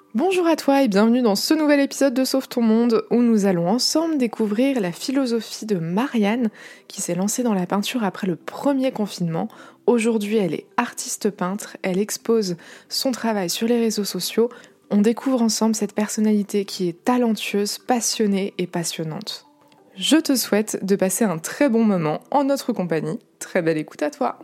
Bonjour à toi et bienvenue dans ce nouvel épisode de Sauve ton monde où nous allons ensemble découvrir la philosophie de Marianne qui s'est lancée dans la peinture après le premier confinement. Aujourd'hui, elle est artiste peintre, elle expose son travail sur les réseaux sociaux. On découvre ensemble cette personnalité qui est talentueuse, passionnée et passionnante. Je te souhaite de passer un très bon moment en notre compagnie. Très belle écoute à toi!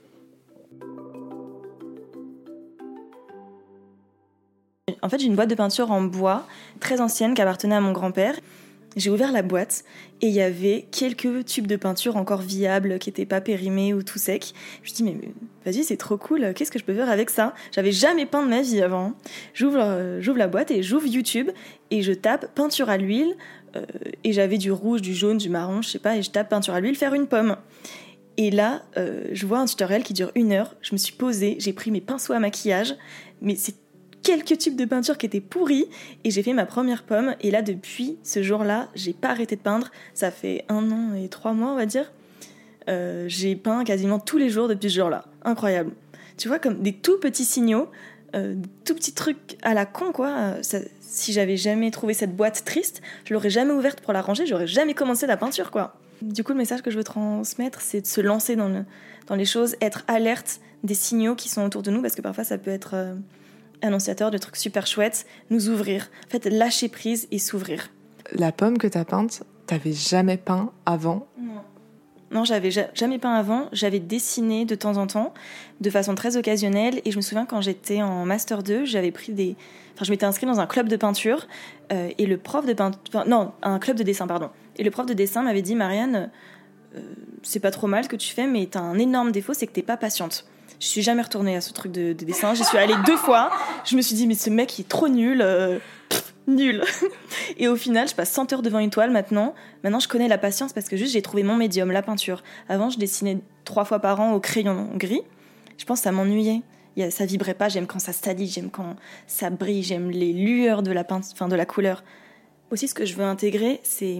En fait, j'ai une boîte de peinture en bois très ancienne qui appartenait à mon grand-père. J'ai ouvert la boîte et il y avait quelques tubes de peinture encore viables qui n'étaient pas périmés ou tout secs. Je me dis mais vas-y, c'est trop cool, qu'est-ce que je peux faire avec ça ? J'avais jamais peint de ma vie avant. J'ouvre la boîte et j'ouvre YouTube et je tape peinture à l'huile et j'avais du rouge, du jaune, du marron, je sais pas, et je tape peinture à l'huile, faire une pomme. Et là, je vois un tutoriel qui dure 1 heure. Je me suis posée, j'ai pris mes pinceaux à maquillage, mais c'est quelques tubes de peinture qui étaient pourris et j'ai fait ma première pomme. Et là, depuis ce jour-là, j'ai pas arrêté de peindre. Ça fait 1 an et 3 mois, on va dire. J'ai peint quasiment tous les jours depuis ce jour-là. Incroyable. Tu vois, comme des tout petits signaux, tout petits trucs à la con, quoi. Si j'avais jamais trouvé cette boîte triste, je l'aurais jamais ouverte pour la ranger, j'aurais jamais commencé la peinture, quoi. Du coup, le message que je veux transmettre, c'est de se lancer dans les choses, être alerte des signaux qui sont autour de nous, parce que parfois, ça peut être annonciateur de trucs super chouettes, nous ouvrir. En fait, lâcher prise et s'ouvrir. La pomme que t'as peinte, t'avais jamais peint avant ? Non, j'avais jamais peint avant. J'avais dessiné de temps en temps, de façon très occasionnelle. Et je me souviens quand j'étais en Master 2, je m'étais inscrite dans un club de peinture. Et le prof de peinture... Non, un club de dessin, pardon. Et le prof de dessin m'avait dit, Marianne, c'est pas trop mal ce que tu fais, mais t'as un énorme défaut, c'est que t'es pas patiente. Je suis jamais retournée à ce truc de dessin. J'y suis allée 2 fois. Je me suis dit, mais ce mec, il est trop nul. Nul. Et au final, je passe 100 heures devant une toile maintenant. Maintenant, je connais la patience parce que juste, j'ai trouvé mon médium, la peinture. Avant, je dessinais 3 fois par an au crayon gris. Je pense que ça m'ennuyait. Ça vibrait pas. J'aime quand ça salit, j'aime quand ça brille, j'aime les lueurs de de la couleur. Aussi, ce que je veux intégrer, c'est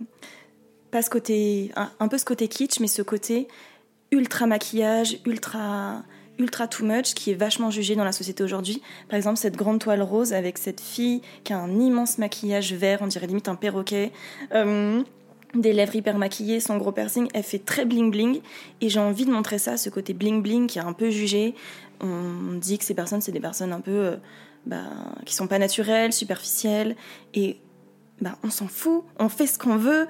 pas ce côté, un peu ce côté kitsch, mais ce côté ultra maquillage, ultra too much, qui est vachement jugé dans la société aujourd'hui. Par exemple, cette grande toile rose avec cette fille qui a un immense maquillage vert, on dirait limite un perroquet, des lèvres hyper maquillées, son gros piercing, elle fait très bling bling, et j'ai envie de montrer ça, ce côté bling bling qui est un peu jugé. On dit que ces personnes, c'est des personnes un peu qui sont pas naturelles, superficielles, et on s'en fout, on fait ce qu'on veut,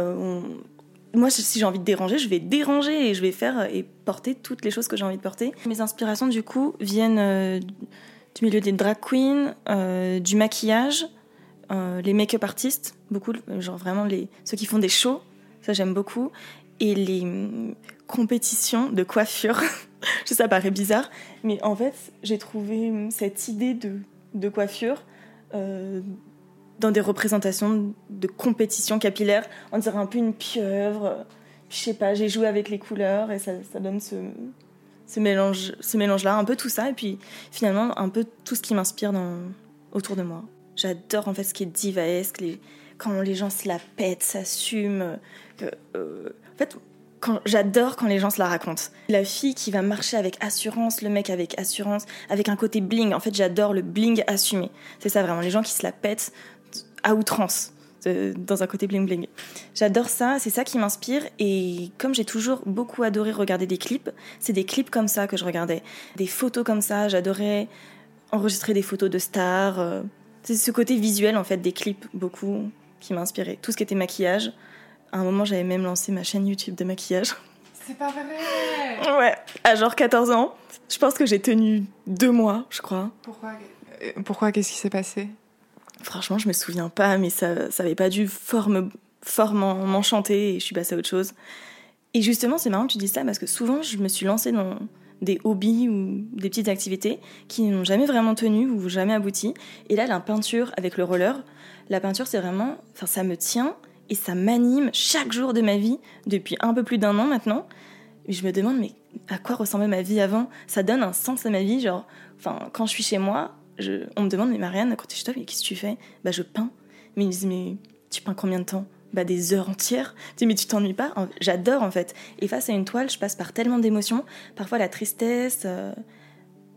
Moi, si j'ai envie de déranger, je vais déranger et je vais faire et porter toutes les choses que j'ai envie de porter. Mes inspirations, du coup, viennent du milieu des drag queens, du maquillage, les make-up artistes, beaucoup, genre vraiment ceux qui font des shows, ça j'aime beaucoup, et les compétitions de coiffure. Je sais, ça paraît bizarre, mais en fait, j'ai trouvé cette idée de coiffure dans des représentations de compétition capillaire, on dirait un peu une pieuvre. Je sais pas, j'ai joué avec les couleurs et ça donne ce mélange-là, un peu tout ça, et puis finalement un peu tout ce qui m'inspire autour de moi. J'adore en fait ce qui est divaesque, quand les gens se la pètent, s'assument. En fait, j'adore quand les gens se la racontent. La fille qui va marcher avec assurance, le mec avec assurance, avec un côté bling. En fait, j'adore le bling assumé. C'est ça vraiment, les gens qui se la pètent à outrance, dans un côté bling bling. J'adore ça, c'est ça qui m'inspire, et comme j'ai toujours beaucoup adoré regarder des clips, c'est des clips comme ça que je regardais. Des photos comme ça, j'adorais enregistrer des photos de stars. C'est ce côté visuel en fait des clips, beaucoup, qui m'a inspiré. Tout ce qui était maquillage. À un moment, j'avais même lancé ma chaîne YouTube de maquillage. C'est pas vrai! Ouais, à genre 14 ans. Je pense que j'ai tenu 2 mois, je crois. Pourquoi? Qu'est-ce qui s'est passé? Franchement, je me souviens pas, mais ça avait pas dû fort m'enchanter et je suis passée à autre chose. Et justement, c'est marrant que tu dises ça parce que souvent, je me suis lancée dans des hobbies ou des petites activités qui n'ont jamais vraiment tenu ou jamais abouti. Et là, la peinture avec le roller, la peinture, c'est vraiment... Enfin, ça me tient et ça m'anime chaque jour de ma vie depuis un peu plus d'1 an maintenant. Et je me demande, mais à quoi ressemblait ma vie avant ? Ça donne un sens à ma vie, genre... Enfin, quand je suis chez moi... on me demande, mais Marianne, quand t'es chez toi, mais qu'est-ce que tu fais ? Je peins. Mais ils me disent, mais tu peins combien de temps ? Des heures entières. Je dis, mais tu t'ennuies pas ? J'adore, en fait. Et face à une toile, je passe par tellement d'émotions. Parfois, la tristesse.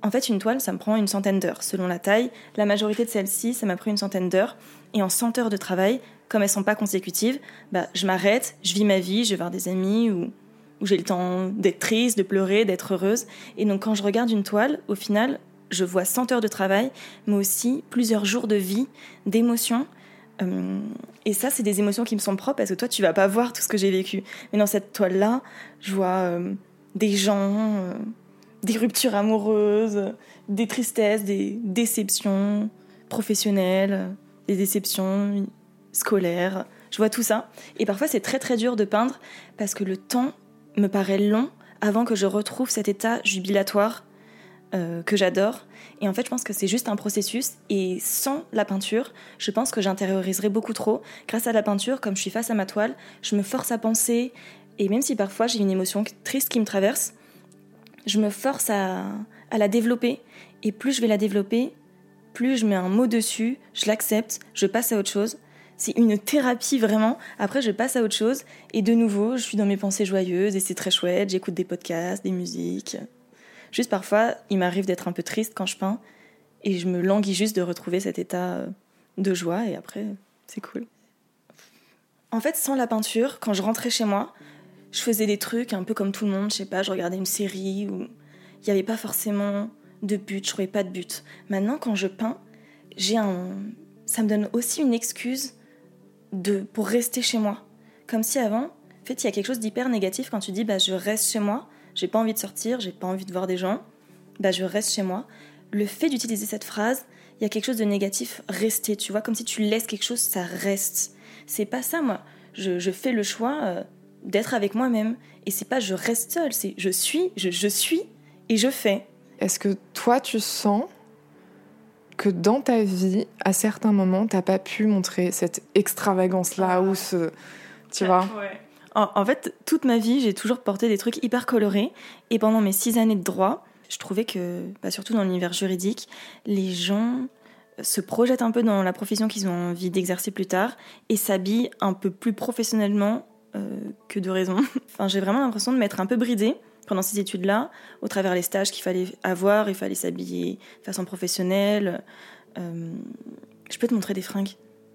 En fait, une toile, ça me prend une centaine d'heures, selon la taille. La majorité de celles-ci, ça m'a pris une centaine d'heures. Et en 100 heures de travail, comme elles sont pas consécutives, je m'arrête, je vis ma vie, je vais voir des amis où j'ai le temps d'être triste, de pleurer, d'être heureuse. Et donc, quand je regarde une toile, au final, je vois 100 heures de travail, mais aussi plusieurs jours de vie, d'émotions. Et ça, c'est des émotions qui me sont propres, parce que toi, tu vas pas voir tout ce que j'ai vécu. Mais dans cette toile-là, je vois des gens, des ruptures amoureuses, des tristesses, des déceptions professionnelles, des déceptions scolaires. Je vois tout ça. Et parfois, c'est très très dur de peindre, parce que le temps me paraît long avant que je retrouve cet état jubilatoire que j'adore. Et en fait, je pense que c'est juste un processus. Et sans la peinture, je pense que j'intérioriserais beaucoup trop. Grâce à la peinture, comme je suis face à ma toile, je me force à penser. Et même si parfois j'ai une émotion triste qui me traverse, je me force à la développer. Et plus je vais la développer, plus je mets un mot dessus, je l'accepte, je passe à autre chose. C'est une thérapie vraiment. Après, je passe à autre chose. Et de nouveau, je suis dans mes pensées joyeuses et c'est très chouette. J'écoute des podcasts, des musiques. Juste parfois, il m'arrive d'être un peu triste quand je peins et je me languis juste de retrouver cet état de joie et après, c'est cool. En fait, sans la peinture, quand je rentrais chez moi, je faisais des trucs un peu comme tout le monde, je sais pas, je regardais une série où il n'y avait pas forcément de but, je trouvais pas de but. Maintenant, quand je peins, ça me donne aussi une excuse pour rester chez moi. Comme si avant, en fait, il y a quelque chose d'hyper négatif quand tu dis je reste chez moi. J'ai pas envie de sortir, j'ai pas envie de voir des gens, je reste chez moi. Le fait d'utiliser cette phrase, il y a quelque chose de négatif, rester, tu vois, comme si tu laisses quelque chose, ça reste. C'est pas ça, moi. Je fais le choix d'être avec moi-même. Et c'est pas je reste seule, c'est je suis et je fais. Est-ce que toi, tu sens que dans ta vie, à certains moments, t'as pas pu montrer cette extravagance-là ou tu vois ouais. En fait, toute ma vie, j'ai toujours porté des trucs hyper colorés. Et pendant mes 6 années de droit, je trouvais que, surtout dans l'univers juridique, les gens se projettent un peu dans la profession qu'ils ont envie d'exercer plus tard et s'habillent un peu plus professionnellement que de raison. Enfin, j'ai vraiment l'impression de m'être un peu bridée pendant ces études-là, au travers les stages qu'il fallait avoir, il fallait s'habiller de façon professionnelle. Je peux te montrer des fringues.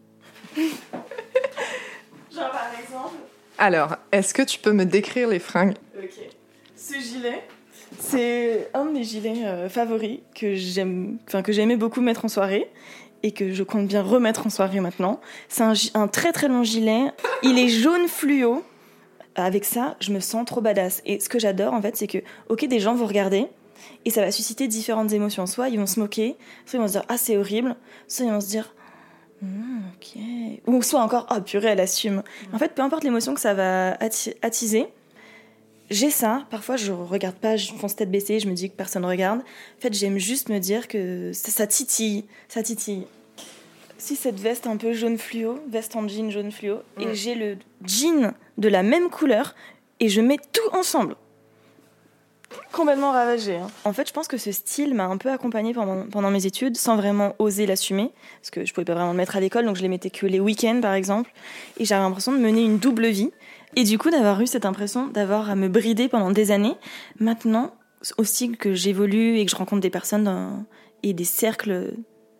Genre par exemple... Alors, est-ce que tu peux me décrire les fringues ? Ok. Ce gilet, c'est un de mes gilets favoris que j'aimais beaucoup mettre en soirée et que je compte bien remettre en soirée maintenant. C'est un très très long gilet. Il est jaune fluo. Avec ça, je me sens trop badass. Et ce que j'adore, en fait, c'est que, des gens vont regarder et ça va susciter différentes émotions. Soit ils vont se moquer, soit ils vont se dire « Ah, c'est horrible », soit ils vont se dire « ok ». Ou soit encore « Oh, purée, elle assume ». En fait, peu importe l'émotion que ça va attiser, j'ai ça. Parfois, je regarde pas, je fonce tête baissée, je me dis que personne regarde. En fait, j'aime juste me dire que ça titille, ça titille. Si cette veste un peu jaune fluo, veste en jean jaune fluo, et j'ai le jean de la même couleur, et je mets tout ensemble. Complètement ravagée. Hein. En fait, je pense que ce style m'a un peu accompagnée pendant mes études, sans vraiment oser l'assumer, parce que je pouvais pas vraiment le mettre à l'école, donc je les mettais que les week-ends, par exemple, et j'avais l'impression de mener une double vie. Et du coup, d'avoir eu cette impression d'avoir à me brider pendant des années, maintenant, aussi que j'évolue et que je rencontre des personnes et des cercles,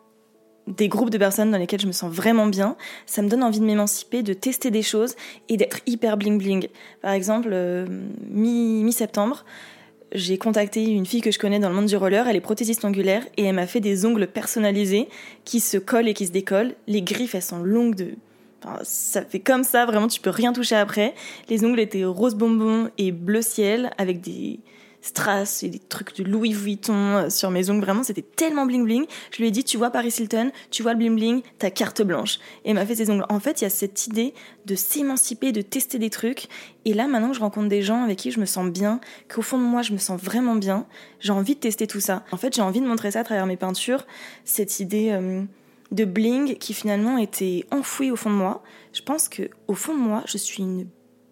des groupes de personnes dans lesquels je me sens vraiment bien, ça me donne envie de m'émanciper, de tester des choses et d'être hyper bling-bling. Par exemple, mi-septembre, j'ai contacté une fille que je connais dans le monde du roller, elle est prothésiste ongulaire et elle m'a fait des ongles personnalisés qui se collent et qui se décollent. Les griffes, elles sont longues ça fait comme ça, vraiment, tu peux rien toucher après. Les ongles étaient rose bonbon et bleu ciel avec des strass et des trucs de Louis Vuitton sur mes ongles. Vraiment, c'était tellement bling bling. Je lui ai dit, tu vois Paris Hilton, tu vois le bling bling, t'as carte blanche. Et elle m'a fait ses ongles. En fait, il y a cette idée de s'émanciper, de tester des trucs. Et là, maintenant que je rencontre des gens avec qui je me sens bien, qu'au fond de moi, je me sens vraiment bien, j'ai envie de tester tout ça. En fait, j'ai envie de montrer ça à travers mes peintures, cette idée de bling qui finalement était enfouie au fond de moi. Je pense qu'au fond de moi, je suis une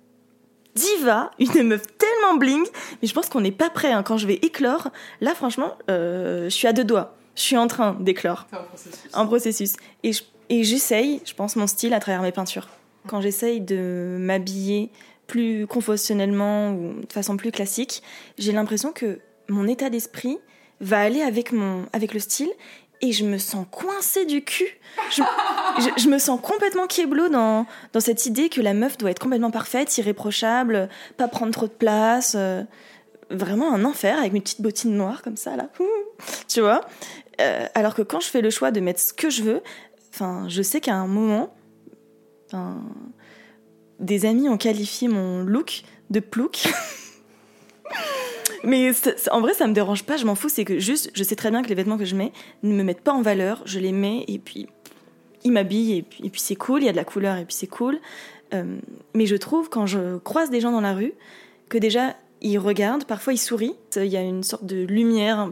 diva, une meuf tellement bling, mais je pense qu'on n'est pas prêt. Hein. Quand je vais éclore, là franchement, je suis à 2 doigts. Je suis en train d'éclore. C'est un processus. Et j'essaye, je pense, mon style à travers mes peintures. Quand j'essaye de m'habiller plus conventionnellement ou de façon plus classique, j'ai l'impression que mon état d'esprit va aller avec le style, et je me sens coincée du cul. Je me sens complètement kéblo dans cette idée que la meuf doit être complètement parfaite, irréprochable, pas prendre trop de place. Vraiment un enfer, avec mes petites bottines noires comme ça, là. Tu vois, alors que quand je fais le choix de mettre ce que je veux, je sais qu'à un moment, des amis ont qualifié mon look de plouc. Mais en vrai, ça me dérange pas, je m'en fous. C'est que juste, je sais très bien que les vêtements que je mets ne me mettent pas en valeur. Je les mets et puis ils m'habillent et puis c'est cool. Il y a de la couleur et puis c'est cool. Mais je trouve, quand je croise des gens dans la rue, que déjà, ils regardent, parfois ils sourient. Il y a une sorte de lumière,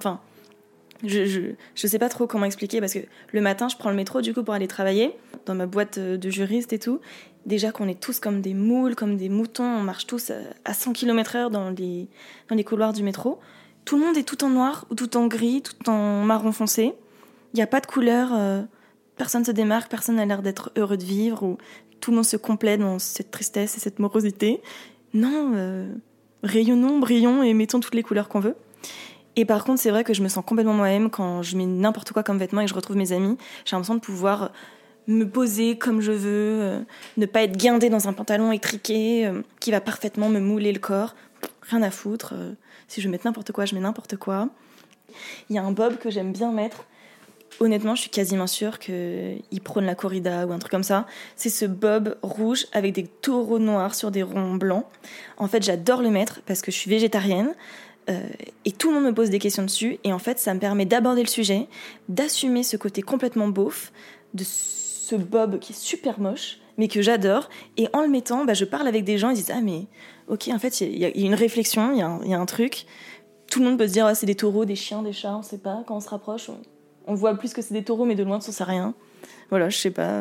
je sais pas trop comment expliquer, parce que le matin, je prends le métro du coup pour aller travailler dans ma boîte de juriste et tout. Déjà qu'on est tous comme des moules, comme des moutons, on marche tous à 100 km/h dans les couloirs du métro. Tout le monde est tout en noir, ou tout en gris, tout en marron foncé. Il n'y a pas de couleur, personne ne se démarque, personne n'a l'air d'être heureux de vivre, ou tout le monde se complaît dans cette tristesse et cette morosité. Non, rayonnons, brillons et mettons toutes les couleurs qu'on veut. Et par contre, c'est vrai que je me sens complètement moi-même quand je mets n'importe quoi comme vêtements et que je retrouve mes amis. J'ai l'impression de pouvoir me poser comme je veux, ne pas être guindée dans un pantalon étriqué qui va parfaitement me mouler le corps. Rien à foutre. Si je veux mettre n'importe quoi, je mets n'importe quoi. Il y a un bob que j'aime bien mettre. Honnêtement, je suis quasiment sûre qu'il prône la corrida ou un truc comme ça. C'est ce bob rouge avec des taureaux noirs sur des ronds blancs. En fait, j'adore le mettre parce que je suis végétarienne. Et tout le monde me pose des questions dessus. Et en fait, ça me permet d'aborder le sujet, d'assumer ce côté complètement beauf, de ce bob qui est super moche, mais que j'adore. Et en le mettant, je parle avec des gens, ils disent « Ah mais, ok, en fait, il y a une réflexion, il y a un truc. » Tout le monde peut se dire « Ah, c'est des taureaux, des chiens, des chats, on sait pas. Quand on se rapproche, on voit plus que c'est des taureaux, mais de loin, on sait rien. » Voilà, je sais pas.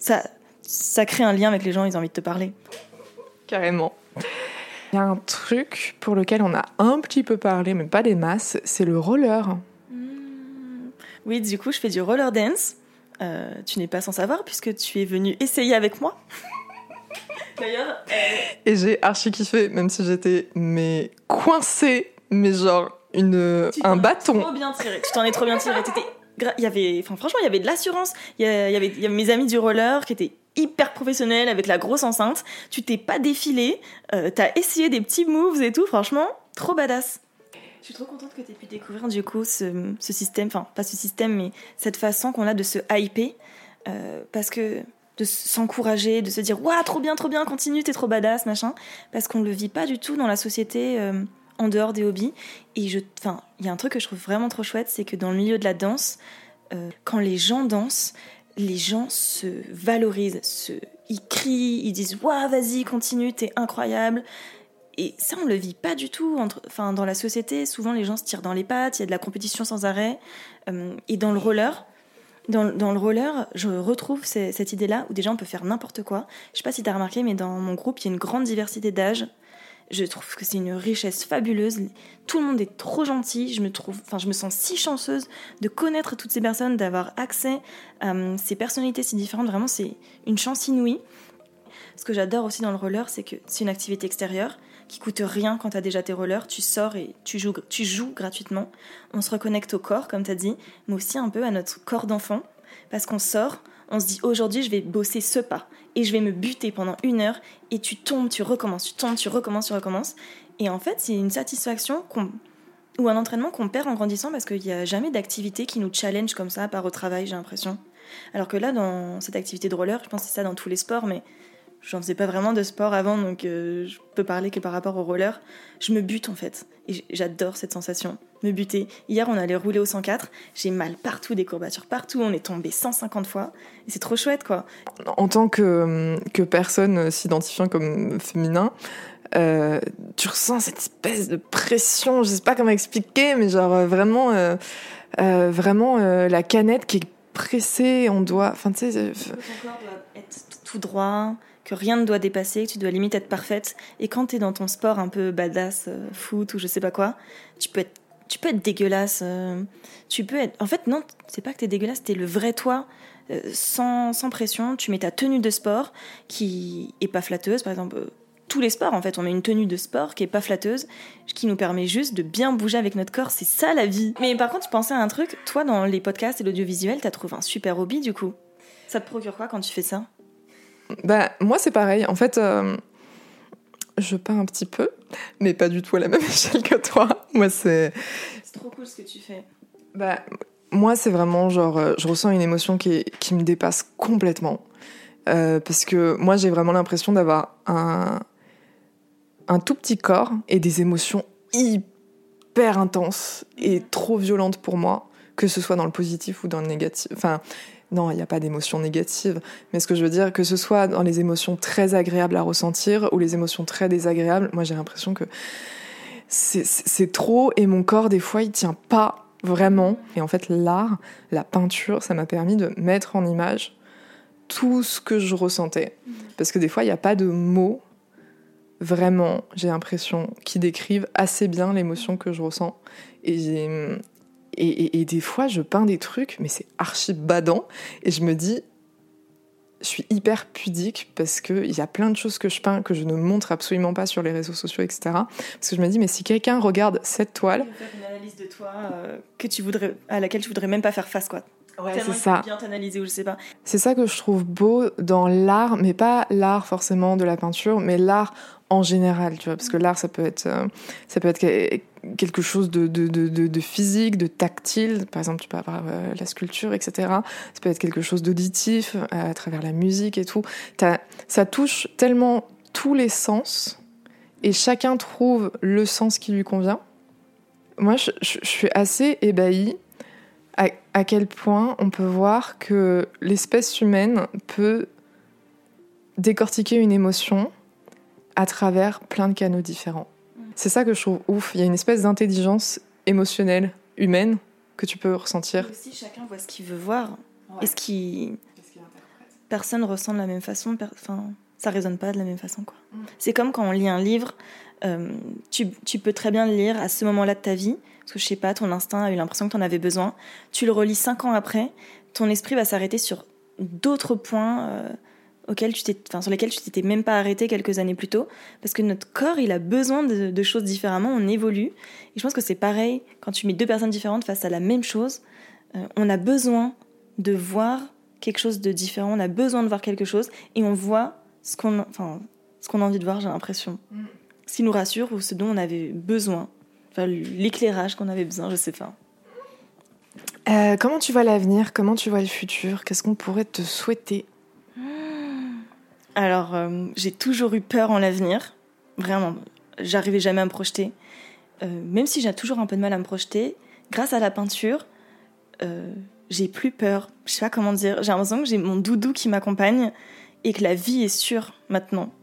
Ça crée un lien avec les gens, ils ont envie de te parler. Carrément. Il y a un truc pour lequel on a un petit peu parlé, mais pas des masses, c'est le roller. Oui, du coup, je fais du roller dance. Tu n'es pas sans savoir, puisque tu es venu essayer avec moi. D'ailleurs... Et j'ai archi kiffé, même si j'étais coincée, mais genre un bâton. Tu t'en es trop bien tiré. Franchement, il y avait de l'assurance. Il y avait mes amis du roller qui étaient hyper professionnels avec la grosse enceinte. Tu t'es pas défilé. T'as essayé des petits moves et tout. Franchement, trop badass. Je suis trop contente que t'aies pu découvrir du coup ce système, enfin pas ce système, mais cette façon qu'on a de se hyper, parce que de s'encourager, de se dire « Waouh, trop bien, continue, t'es trop badass, machin », parce qu'on le vit pas du tout dans la société en dehors des hobbies. Et il y a un truc que je trouve vraiment trop chouette, c'est que dans le milieu de la danse, quand les gens dansent, les gens se valorisent, ils crient, ils disent « Waouh, vas-y, continue, t'es incroyable ». Et ça, on le vit pas du tout. Dans la société, souvent les gens se tirent dans les pattes, il y a de la compétition sans arrêt. Et dans le roller, je retrouve cette idée-là où déjà on peut faire n'importe quoi. Je sais pas si t'as remarqué, mais dans mon groupe, il y a une grande diversité d'âges. Je trouve que c'est une richesse fabuleuse. Tout le monde est trop gentil. Je me sens si chanceuse de connaître toutes ces personnes, d'avoir accès à ces personnalités si différentes. Vraiment, c'est une chance inouïe. Ce que j'adore aussi dans le roller, c'est que c'est une activité extérieure qui coûte rien quand t'as déjà tes rollers. Tu sors et tu joues gratuitement. On se reconnecte au corps, comme t'as dit, mais aussi un peu à notre corps d'enfant. Parce qu'on sort, on se dit aujourd'hui je vais bosser ce pas et je vais me buter pendant 1 heure, et tu tombes, tu recommences, tu tombes, tu recommences. Et en fait, c'est une satisfaction ou un entraînement qu'on perd en grandissant, parce qu'il n'y a jamais d'activité qui nous challenge comme ça, à part au travail, j'ai l'impression. Alors que là, dans cette activité de roller, je pense que c'est ça dans tous les sports, mais j'en faisais pas vraiment de sport avant, donc je peux parler que par rapport au roller. Je me bute en fait, et j'adore cette sensation, me buter. Hier, on allait rouler au 104, j'ai mal partout, des courbatures partout, on est tombé 150 fois, et c'est trop chouette quoi. En tant que personne s'identifiant comme féminin, tu ressens cette espèce de pression, je sais pas comment expliquer, mais genre vraiment la canette qui est pressée, on doit... Ton corps doit être tout droit, que rien ne doit dépasser, que tu dois limite être parfaite. Et quand t'es dans ton sport un peu badass, foot ou je sais pas quoi, tu peux être dégueulasse. Tu peux être... En fait, non, c'est pas que t'es dégueulasse, t'es le vrai toi, sans pression. Tu mets ta tenue de sport qui est pas flatteuse. Par exemple, tous les sports, en fait. On met une tenue de sport qui est pas flatteuse, qui nous permet juste de bien bouger avec notre corps. C'est ça, la vie. Mais par contre, je pensais à un truc. Toi, dans les podcasts et l'audiovisuel, t'as trouvé un super hobby, du coup. Ça te procure quoi quand tu fais ça ? Moi, c'est pareil. En fait, je peins un petit peu, mais pas du tout à la même échelle que toi. Moi, c'est trop cool ce que tu fais. Moi, c'est vraiment genre, je ressens une émotion qui me dépasse complètement. Parce que moi, j'ai vraiment l'impression d'avoir un tout petit corps et des émotions hyper intenses et trop violentes pour moi, que ce soit dans le positif ou dans le négatif. Enfin, non, il n'y a pas d'émotions négatives, mais ce que je veux dire, que ce soit dans les émotions très agréables à ressentir ou les émotions très désagréables, moi, j'ai l'impression que c'est trop et mon corps, des fois, il tient pas vraiment. Et en fait, l'art, la peinture, ça m'a permis de mettre en image tout ce que je ressentais. Parce que des fois, il n'y a pas de mots, vraiment, j'ai l'impression, qui décrivent assez bien l'émotion que je ressens. Et des fois, je peins des trucs, mais c'est archi badant. Et je me dis, je suis hyper pudique parce qu'il y a plein de choses que je peins que je ne montre absolument pas sur les réseaux sociaux, etc. Parce que je me dis, mais si quelqu'un regarde cette toile... Tu peux faire une analyse de toi à laquelle tu voudrais même pas faire face, quoi. Ouais, tellement c'est ça. Bien t'analyser ou je sais pas. C'est ça que je trouve beau dans l'art, mais pas l'art forcément de la peinture, mais l'art en général, tu vois, parce que l'art ça peut être quelque chose de physique, de tactile. Par exemple, tu peux avoir la sculpture, etc. Ça peut être quelque chose d'auditif à travers la musique et tout. Ça touche tellement tous les sens et chacun trouve le sens qui lui convient. Moi, je suis assez ébahie à quel point on peut voir que l'espèce humaine peut décortiquer une émotion à travers plein de canaux différents. C'est ça que je trouve ouf. Il y a une espèce d'intelligence émotionnelle humaine que tu peux ressentir. Et aussi, chacun voit ce qu'il veut voir. Ouais. Et ce qui personne ressent de la même façon. Ça résonne pas de la même façon, quoi. C'est comme quand on lit un livre. Tu peux très bien le lire à ce moment-là de ta vie, parce que je sais pas, ton instinct a eu l'impression que t'en avais besoin. Tu le relis 5 ans après, ton esprit va s'arrêter sur d'autres points sur lesquels tu t'étais même pas arrêté quelques années plus tôt, parce que notre corps, il a besoin de choses différemment, on évolue. Et je pense que c'est pareil, quand tu mets 2 personnes différentes face à la même chose, on a besoin de voir quelque chose de différent, on a besoin de voir quelque chose, et on voit ce qu'on a envie de voir, j'ai l'impression. Ce qui nous rassure ou ce dont on avait besoin. Enfin, l'éclairage qu'on avait besoin, je sais pas. Comment tu vois l'avenir ? Comment tu vois le futur ? Qu'est-ce qu'on pourrait te souhaiter ? Alors, j'ai toujours eu peur en l'avenir. Vraiment, j'arrivais jamais à me projeter. Même si j'ai toujours un peu de mal à me projeter, grâce à la peinture, j'ai plus peur. Je sais pas comment dire. J'ai l'impression que j'ai mon doudou qui m'accompagne et que la vie est sûre maintenant.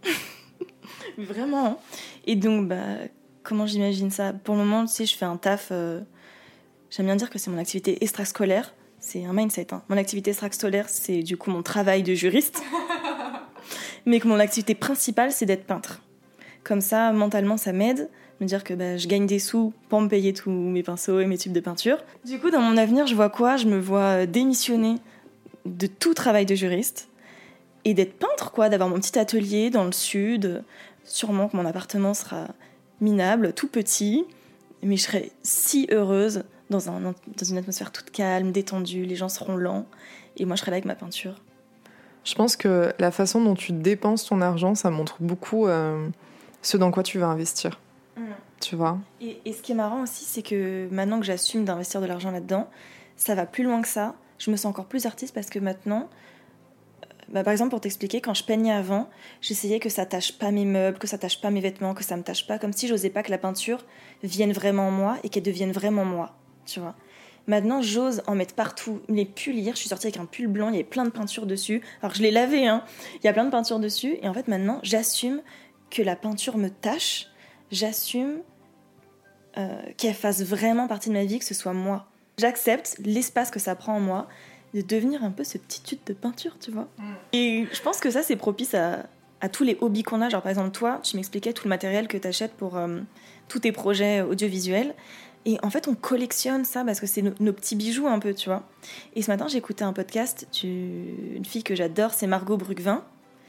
Vraiment. Et donc, comment j'imagine ça ? Pour le moment, tu sais, je fais un taf. J'aime bien dire que c'est mon activité extrascolaire. C'est un mindset. Hein. Mon activité extrascolaire, c'est du coup mon travail de juriste. Mais que mon activité principale, c'est d'être peintre. Comme ça, mentalement, ça m'aide. Me dire que je gagne des sous pour me payer tous mes pinceaux et mes tubes de peinture. Du coup, dans mon avenir, je vois quoi ? Je me vois démissionner de tout travail de juriste et d'être peintre, quoi. D'avoir mon petit atelier dans le sud. Sûrement que mon appartement sera minable, tout petit. Mais je serai si heureuse dans une atmosphère toute calme, détendue. Les gens seront lents. Et moi, je serai là avec ma peinture. Je pense que la façon dont tu dépenses ton argent, ça montre beaucoup ce dans quoi tu vas investir. Tu vois ? Et ce qui est marrant aussi, c'est que maintenant que j'assume d'investir de l'argent là-dedans, ça va plus loin que ça. Je me sens encore plus artiste parce que maintenant, par exemple, pour t'expliquer, quand je peignais avant, j'essayais que ça tâche pas mes meubles, que ça tâche pas mes vêtements, que ça me tâche pas, comme si j'osais pas que la peinture vienne vraiment en moi et qu'elle devienne vraiment moi, tu vois. Maintenant, j'ose en mettre partout. Les pulls, hier, je suis sortie avec un pull blanc, il y avait plein de peintures dessus. Alors, je l'ai lavé, hein. Il y a plein de peintures dessus. Et en fait, maintenant, j'assume que la peinture me tâche. J'assume qu'elle fasse vraiment partie de ma vie, que ce soit moi. J'accepte l'espace que ça prend en moi, de devenir un peu ce petit tube de peinture, tu vois. Et je pense que ça, c'est propice à tous les hobbies qu'on a. Genre, par exemple, toi, tu m'expliquais tout le matériel que tu achètes pour tous tes projets audiovisuels. Et en fait, on collectionne ça parce que c'est nos petits bijoux un peu, tu vois. Et ce matin, j'ai écouté un podcast d'une fille que j'adore, c'est Margot Bruquevin.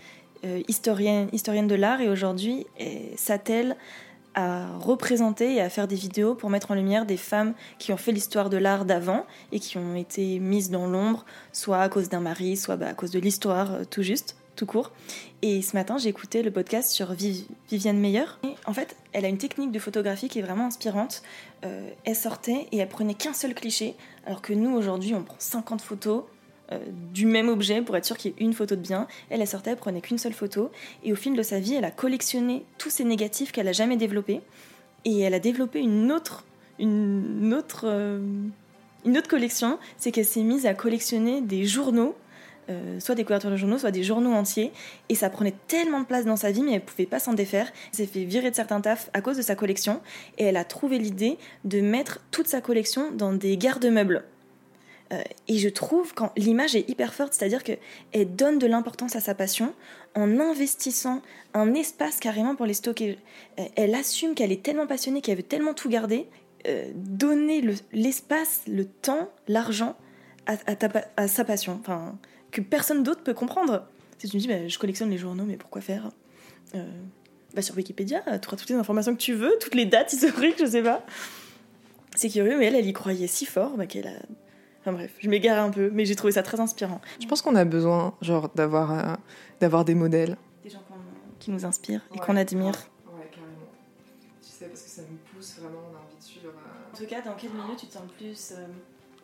historienne de l'art et aujourd'hui s'attelle à représenter et à faire des vidéos pour mettre en lumière des femmes qui ont fait l'histoire de l'art d'avant et qui ont été mises dans l'ombre, soit à cause d'un mari, soit à cause de l'histoire, tout juste, tout court. Et ce matin, j'ai écouté le podcast sur Viviane Meyer. Et en fait, elle a une technique de photographie qui est vraiment inspirante. Elle sortait et elle prenait qu'un seul cliché, alors que nous, aujourd'hui, on prend 50 photos du même objet pour être sûr qu'il y ait une photo de bien. Elle sortait, elle prenait qu'une seule photo et au fil de sa vie, elle a collectionné tous ces négatifs qu'elle a jamais développés et elle a développé une autre collection, c'est qu'elle s'est mise à collectionner des journaux, soit des couvertures de journaux, soit des journaux entiers, et ça prenait tellement de place dans sa vie, mais elle pouvait pas s'en défaire. Elle s'est fait virer de certains tafs à cause de sa collection et elle a trouvé l'idée de mettre toute sa collection dans des garde-meubles. Et je trouve que l'image est hyper forte, c'est-à-dire qu'elle donne de l'importance à sa passion en investissant un espace carrément pour les stocker. Elle assume qu'elle est tellement passionnée, qu'elle veut tellement tout garder, donner l'espace, le temps, l'argent à sa passion, enfin, que personne d'autre peut comprendre. Si tu me dis, je collectionne les journaux, mais pourquoi faire ? Va sur Wikipédia, tu auras toutes les informations que tu veux, toutes les dates historiques, je sais pas. C'est curieux, mais elle y croyait si fort qu'elle a... Enfin bref, je m'égare un peu, mais j'ai trouvé ça très inspirant. Je pense qu'on a besoin d'avoir des modèles. Des gens qui nous inspirent et qu'on admire. Ouais, carrément. Tu sais, parce que ça nous pousse vraiment, on a envie de suivre. En tout cas, dans quel milieu tu te sens le plus inspirée ?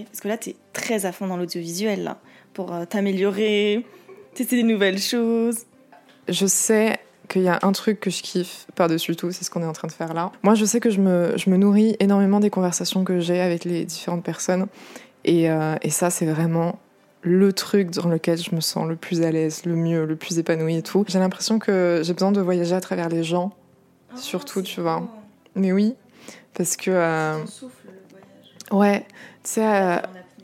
Parce que là, t'es très à fond dans l'audiovisuel, là, pour t'améliorer, tester des nouvelles choses. Je sais qu'il y a un truc que je kiffe par-dessus tout, c'est ce qu'on est en train de faire là. Moi, je sais que je me nourris énormément des conversations que j'ai avec les différentes personnes. Et ça, c'est vraiment le truc dans lequel je me sens le plus à l'aise, le mieux, le plus épanouie et tout. J'ai l'impression que j'ai besoin de voyager à travers les gens, surtout, tu vois. Beau. Mais oui, parce que... Son souffle, le voyage. Ouais, tu sais...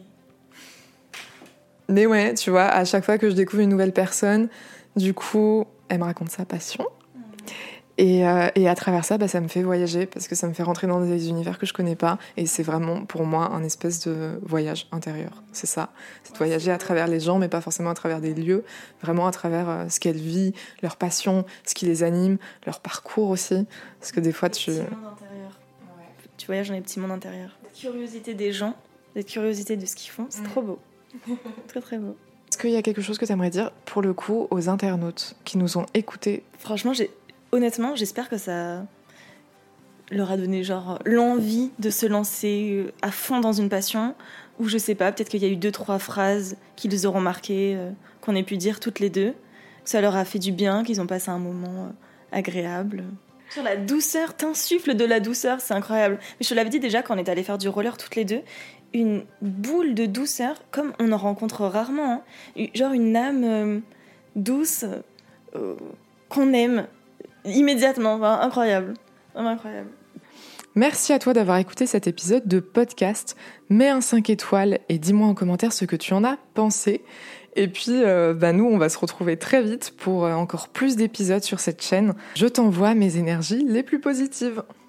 Mais ouais, tu vois, à chaque fois que je découvre une nouvelle personne, du coup... Elle me raconte sa passion. Et à travers ça, ça me fait voyager parce que ça me fait rentrer dans des univers que je connais pas. Et c'est vraiment, pour moi, un espèce de voyage intérieur. C'est ça. C'est de voyager à travers les gens, mais pas forcément à travers des lieux. Vraiment à travers ce qu'elles vivent, leur passion, ce qui les anime, leur parcours aussi. Parce que des fois, tu... Petit monde intérieur. Ouais. Tu voyages dans les petits mondes intérieurs. La curiosité des gens, la curiosité de ce qu'ils font, c'est trop beau. Très, très beau. Est-ce qu'il y a quelque chose que tu aimerais dire, pour le coup, aux internautes qui nous ont écoutés ? Franchement, honnêtement, j'espère que ça leur a donné l'envie de se lancer à fond dans une passion, ou je sais pas, peut-être qu'il y a eu 2-3 phrases qui les auront marquées, qu'on ait pu dire toutes les deux, que ça leur a fait du bien, qu'ils ont passé un moment agréable. Sur la douceur, t'insuffles de la douceur, c'est incroyable. Mais je te l'avais dit déjà quand on est allé faire du roller toutes les deux, une boule de douceur, comme on en rencontre rarement, hein. Genre une âme douce qu'on aime immédiatement, enfin, incroyable, vraiment incroyable. Merci à toi d'avoir écouté cet épisode de podcast. Mets un 5 étoiles et dis-moi en commentaire ce que tu en as pensé. Et puis, nous, on va se retrouver très vite pour encore plus d'épisodes sur cette chaîne. Je t'envoie mes énergies les plus positives.